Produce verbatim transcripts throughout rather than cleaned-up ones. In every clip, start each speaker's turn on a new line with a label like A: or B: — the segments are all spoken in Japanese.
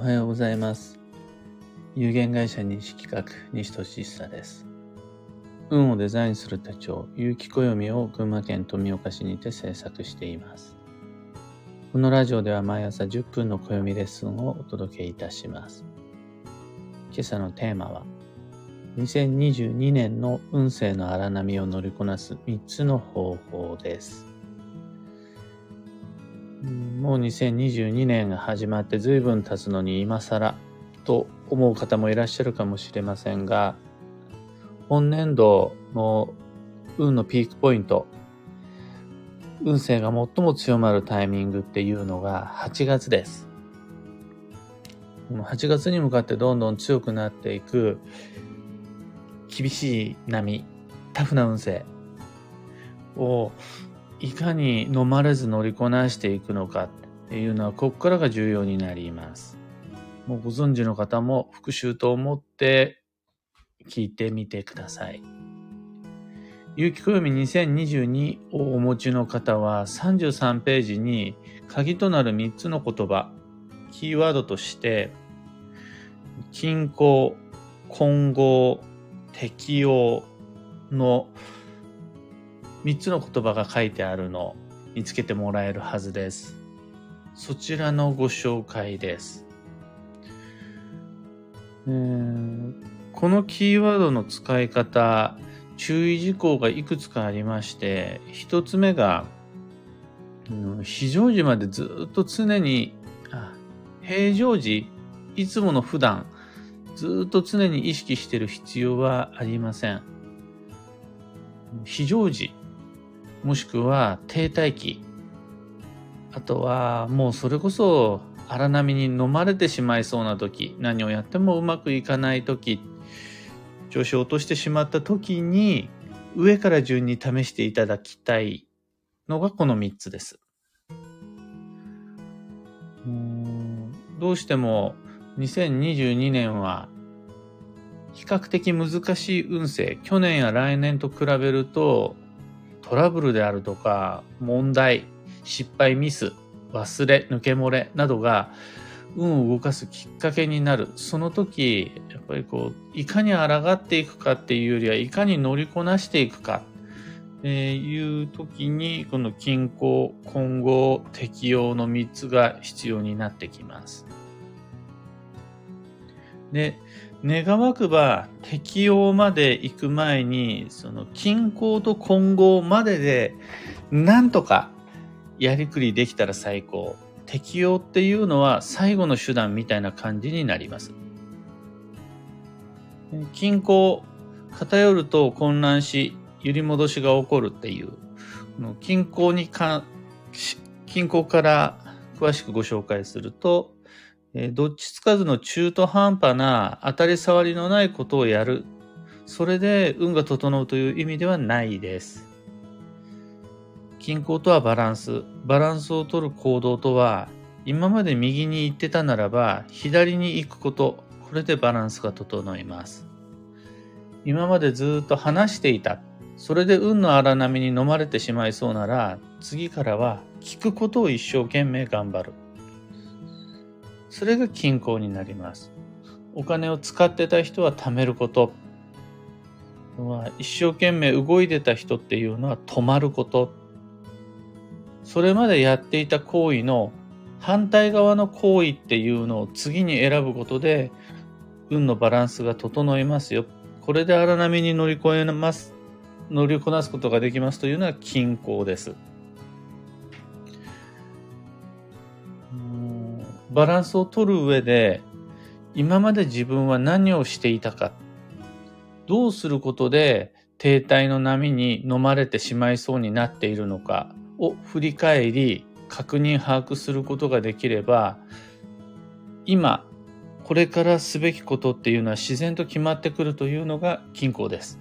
A: おはようございます。有限会社西企画西俊久です。運をデザインする手帳有機暦を群馬県富岡市にて制作しています。このラジオでは毎朝じゅっぷんの暦レッスンをお届けいたします。今朝のテーマはにせんにじゅうにねんの運勢の荒波を乗りこなすみっつの方法です。もうにせんにじゅうにねんが始まって随分経つのに今更と思う方もいらっしゃるかもしれませんが、本年度の運のピークポイント、運勢が最も強まるタイミングっていうのがはちがつです。はちがつに向かってどんどん強くなっていく厳しい波、タフな運勢をいかに飲まれず乗りこなしていくのかっていうのはここからが重要になります。もうご存知の方も復習と思って聞いてみてください。有機暦にせんにじゅうにをお持ちの方はさんじゅうさんページに鍵となるみっつの言葉、キーワードとして均衡、混合、適応のみっつの言葉が書いてあるのを見つけてもらえるはずです。そちらのご紹介です。えー、このキーワードの使い方、注意事項がいくつかありまして、一つ目が、うん、非常時までずっと常に、あ、平常時、いつもの普段、ずっと常に意識している必要はありません。非常時、もしくは停滞期、あとはもうそれこそ荒波に飲まれてしまいそうな時、何をやってもうまくいかない時、調子を落としてしまった時に上から順に試していただきたいのがこのみっつです。うーんどうしてもにせんにじゅうにねんは比較的難しい運勢、去年や来年と比べるとトラブルであるとか問題、失敗、ミス、忘れ、抜け漏れなどが運を動かすきっかけになる。その時、やっぱりこう、いかに抗っていくかっていうよりは、いかに乗りこなしていくかっていう時に、この均衡、混合、適応のみっつが必要になってきます。で、願わくば適応まで行く前に、その均衡と混合までで、なんとかやりくりできたら最高。適応っていうのは最後の手段みたいな感じになります。均衡、偏ると混乱し、揺り戻しが起こるっていう、均衡にか、均衡から詳しくご紹介すると、どっちつかずの中途半端な当たり障りのないことをやる。それで運が整うという意味ではないです。均衡とはバランス。バランスを取る行動とは、今まで右に行ってたならば、左に行くこと。これでバランスが整います。今までずっと話していた。それで運の荒波に飲まれてしまいそうなら、次からは聞くことを一生懸命頑張る。それが均衡になります。お金を使ってた人は貯めること。一生懸命動いてた人っていうのは止まること。それまでやっていた行為の反対側の行為っていうのを次に選ぶことで運のバランスが整いますよ。これで荒波に乗り越えます。乗りこなすことができますというのは均衡です。バランスを取る上で今まで自分は何をしていたか、どうすることで停滞の波に飲まれてしまいそうになっているのかを振り返り確認把握することができれば、今これからすべきことっていうのは自然と決まってくるというのが均衡です。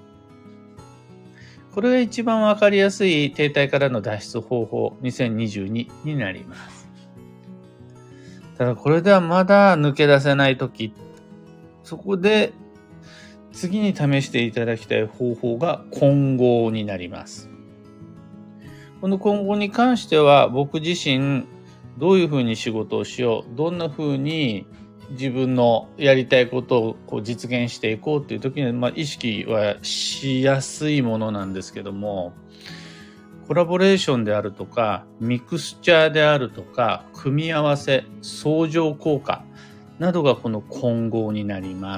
A: これが一番わかりやすい停滞からの脱出方法にせんにじゅうにになります。ただこれではまだ抜け出せないとき、そこで次に試していただきたい方法が混合になります。この混合に関しては僕自身どういうふうに仕事をしよう、どんなふうに自分のやりたいことをこう実現していこうっていう時に、まあ、意識はしやすいものなんですけども、コラボレーションであるとか、ミクスチャーであるとか、組み合わせ、相乗効果などがこの混合になります。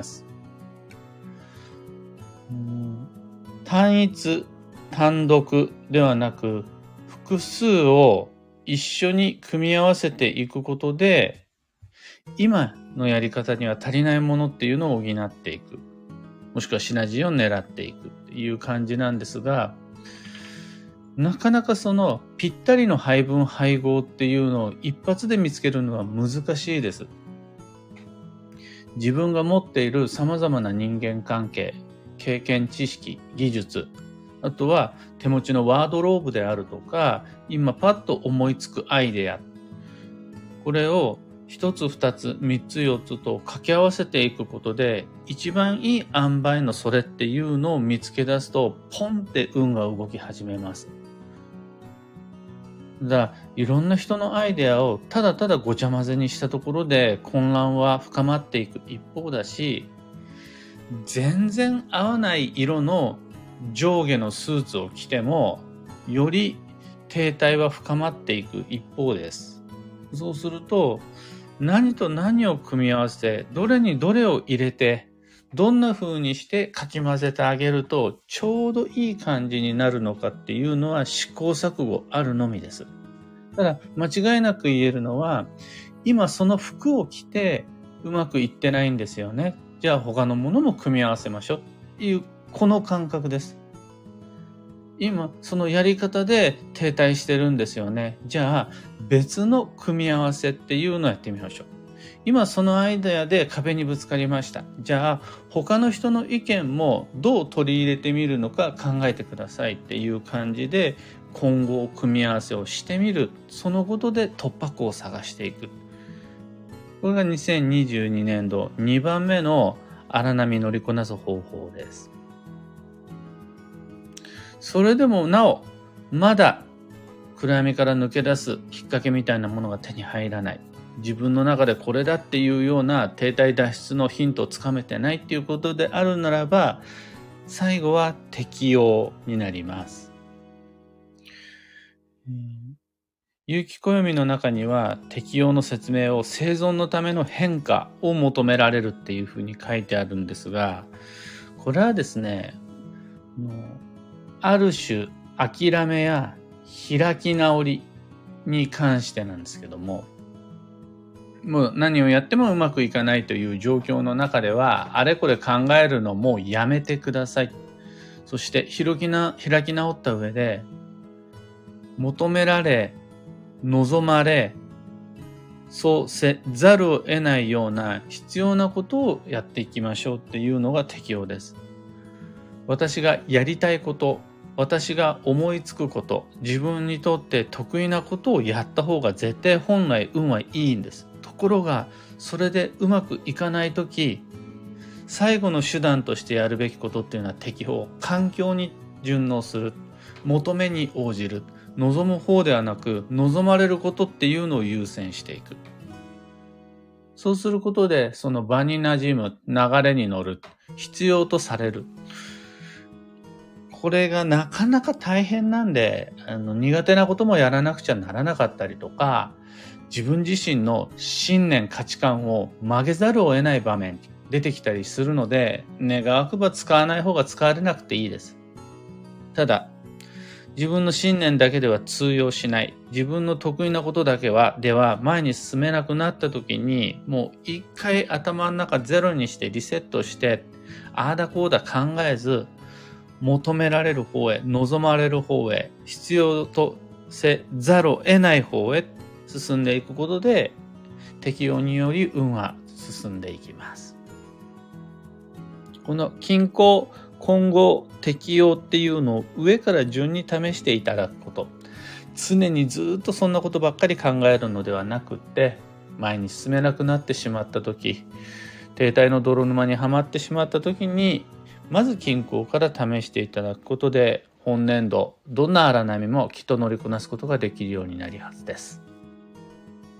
A: 単一、単独ではなく、複数を一緒に組み合わせていくことで、今のやり方には足りないものっていうのを補っていく。もしくはシナジーを狙っていくっていう感じなんですが、なかなかそのぴったりの配分配合っていうのを一発で見つけるのは難しいです。自分が持っている様々な人間関係、経験、知識、技術、あとは手持ちのワードローブであるとか、今パッと思いつくアイデア。これを一つ二つ三つ四つと掛け合わせていくことで、一番いい塩梅のそれっていうのを見つけ出すと、ポンって運が動き始めます。だからいろんな人のアイデアをただただごちゃ混ぜにしたところで混乱は深まっていく一方だし、全然合わない色の上下のスーツを着てもより停滞は深まっていく一方です。そうすると何と何を組み合わせて、どれにどれを入れて、どんな風にしてかき混ぜてあげるとちょうどいい感じになるのかっていうのは試行錯誤あるのみです。ただ間違いなく言えるのは、今その服を着てうまくいってないんですよね。じゃあ他のものも組み合わせましょうっていうこの感覚です。今そのやり方で停滞してるんですよね。じゃあ別の組み合わせっていうのをやってみましょう。今そのアイデアで壁にぶつかりました。じゃあ他の人の意見もどう取り入れてみるのか考えてくださいっていう感じで今後組み合わせをしてみる。そのことで突破口を探していく。これがにせんにじゅうにねんどにばんめの荒波乗りこなす方法です。それでもなおまだ暗闇から抜け出すきっかけみたいなものが手に入らない、自分の中でこれだっていうような停滞脱出のヒントをつかめてないっていうことであるならば、最後は適応になります。有機暦の中には適応の説明を生存のための変化を求められるっていうふうに書いてあるんですが、これはですね、ある種諦めや開き直りに関してなんですけども、もう何をやってもうまくいかないという状況の中では、あれこれ考えるのもうやめてください。そして開きな、開き直った上で、求められ、望まれ、そうせざるを得ないような必要なことをやっていきましょうっていうのが適応です。私がやりたいこと、私が思いつくこと、自分にとって得意なことをやった方が絶対本来運はいいんです。ところがそれでうまくいかないとき、最後の手段としてやるべきことっていうのは適応、環境に順応する、求めに応じる、望む方ではなく望まれることっていうのを優先していく。そうすることでその場に馴染む、流れに乗る、必要とされる。これがなかなか大変なんで、あの苦手なこともやらなくちゃならなかったりとか、自分自身の信念価値観を曲げざるを得ない場面出てきたりするので、願わくば使わない方が使われなくていいです。ただ自分の信念だけでは通用しない、自分の得意なことだけはでは前に進めなくなった時に、もう一回頭の中ゼロにしてリセットして、ああだこうだ考えず、求められる方へ、望まれる方へ、必要とせざるを得ない方へ進んでいくことで、適応により運は進んでいきます。この均衡、混合、適応っていうのを上から順に試していただくこと。常にずっとそんなことばっかり考えるのではなくって、前に進めなくなってしまった時、停滞の泥沼にはまってしまった時に、まず均衡から試していただくことで、本年度どんな荒波もきっと乗りこなすことができるようになるはずです。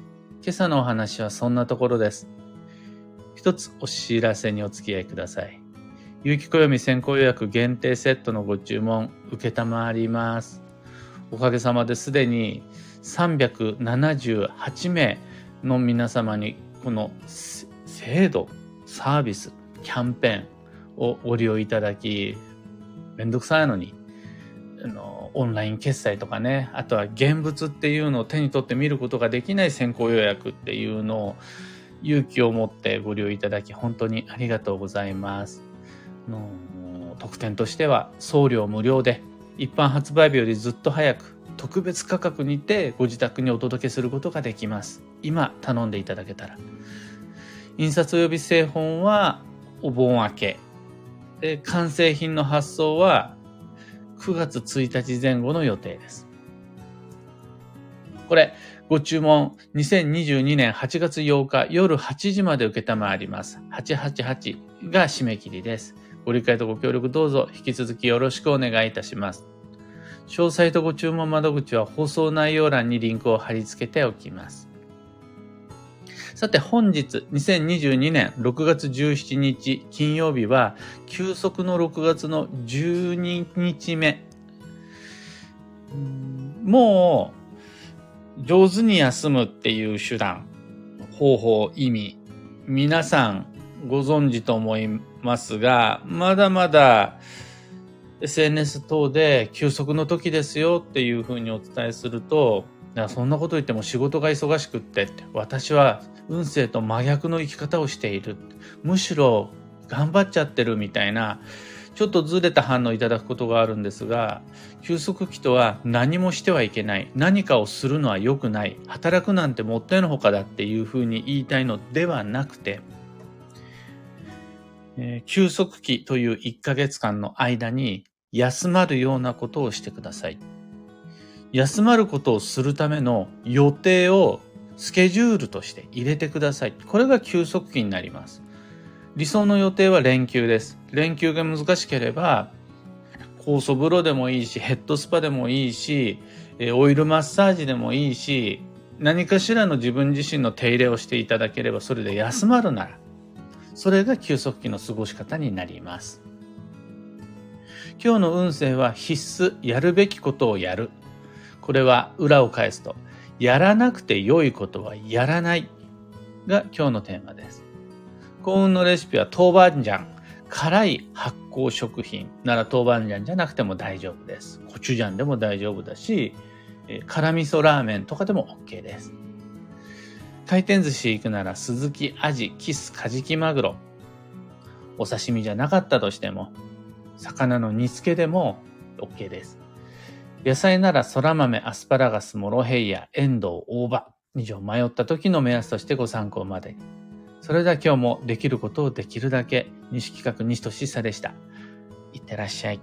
A: 今朝のお話はそんなところです。一つお知らせにお付き合いください。有機暦先行予約限定セットのご注文受けたまわります。おかげさまですでにさんびゃくななじゅうはちめいの皆様にこの制度、サービス、キャンペーンをご利用いただき、めんどくさいのにあのオンライン決済とかね、あとは現物っていうのを手に取って見ることができない先行予約っていうのを勇気を持ってご利用いただき本当にありがとうございます。の特典としては送料無料で一般発売日よりずっと早く特別価格にてご自宅にお届けすることができます。今頼んでいただけたら。印刷及び製本はお盆明けで、完成品の発送はくがつついたちぜん後の予定です。これご注文にせんにじゅうにねんはちがつようか夜はちじまで受けたまわります。はちはちはちが締め切りです。ご理解とご協力どうぞ引き続きよろしくお願いいたします。詳細とご注文窓口は放送内容欄にリンクを貼り付けておきます。さて本日にせんにじゅうにねんろくがつじゅうしちにち金曜日は休息のろくがつのじゅうににちめ。もう上手に休むっていう手段、方法、意味、皆さんご存知と思いますが、まだまだ エスエヌエス 等で休息の時ですよっていうふうにお伝えすると、いやそんなこと言っても仕事が忙しくってって、私は運勢と真逆の生き方をしている、むしろ頑張っちゃってるみたいなちょっとずれた反応いただくことがあるんですが、休息期とは何もしてはいけない、何かをするのは良くない、働くなんてもったいのほかだっていうふうに言いたいのではなくて、えー、休息期といういっかげつかんの間に休まるようなことをしてください。休まることをするための予定をスケジュールとして入れてください。これが休息期になります。理想の予定は連休です。連休が難しければ酵素風呂でもいいし、ヘッドスパでもいいし、オイルマッサージでもいいし、何かしらの自分自身の手入れをしていただければ、それで休まるならそれが休息期の過ごし方になります。今日の運勢は必須、やるべきことをやる。これは裏を返すと、やらなくて良いことはやらないが今日のテーマです。幸運のレシピは豆板醤。辛い発酵食品なら豆板醤じゃなくても大丈夫です。コチュジャンでも大丈夫だし、辛味噌ラーメンとかでも OK です。回転寿司行くならスズキ、アジ、キス、カジキマグロ。お刺身じゃなかったとしても、魚の煮付けでも OK です。野菜ならそら豆、アスパラガス、モロヘイヤ、エンドウ、大葉。以上迷った時の目安としてご参考まで。それでは今日もできることをできるだけ。西企画西俊久でした。いってらっしゃい。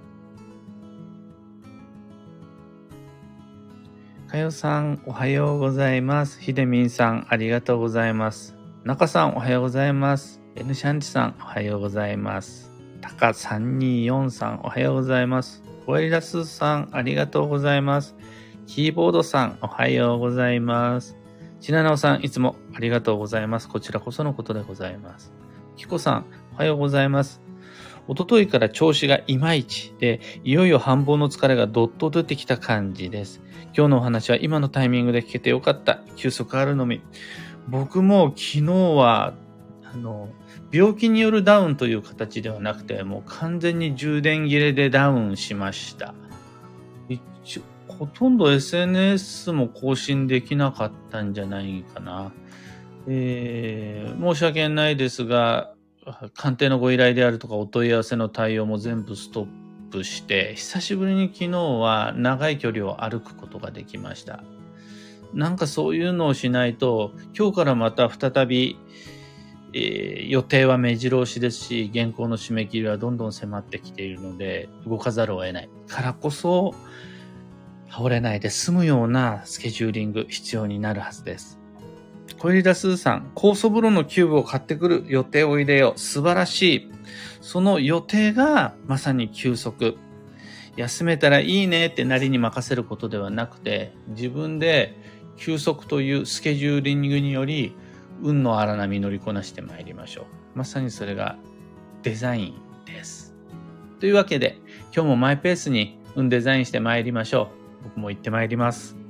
A: かよさんおはようございます。ひでみんさんありがとうございます。なかさんおはようございます。エヌシャンチさんおはようございます。たかさんにーよんさんおはようございます。コエラスさんありがとうございます。キーボードさんおはようございます。ちななおさんいつもありがとうございます。こちらこそのことでございます。きこさんおはようございます。おとといから調子がいまいちで、いよいよ繁忙の疲れがどっと出てきた感じです。今日のお話は今のタイミングで聞けてよかった。休息あるのみ。僕も昨日はあの病気によるダウンという形ではなくて、もう完全に充電切れでダウンしました。一ほとんど エスエヌエス も更新できなかったんじゃないかな。えー、申し訳ないですが、鑑定のご依頼であるとかお問い合わせの対応も全部ストップして、久しぶりに昨日は長い距離を歩くことができました。なんかそういうのをしないと、今日からまた再び、えー、予定は目白押しですし、原稿の締め切りはどんどん迫ってきているので、動かざるを得ないからこそ、倒れないで済むようなスケジューリング必要になるはずです。小入田スーさん、酵素風呂のキューブを買ってくる予定を入れよう。素晴らしい。その予定がまさに休息。休めたらいいねってなりに任せることではなくて、自分で休息というスケジューリングにより、運の荒波乗りこなしてまいりましょう。まさにそれがデザインです。というわけで、今日もマイペースに運デザインしてまいりましょう。僕も行ってまいります。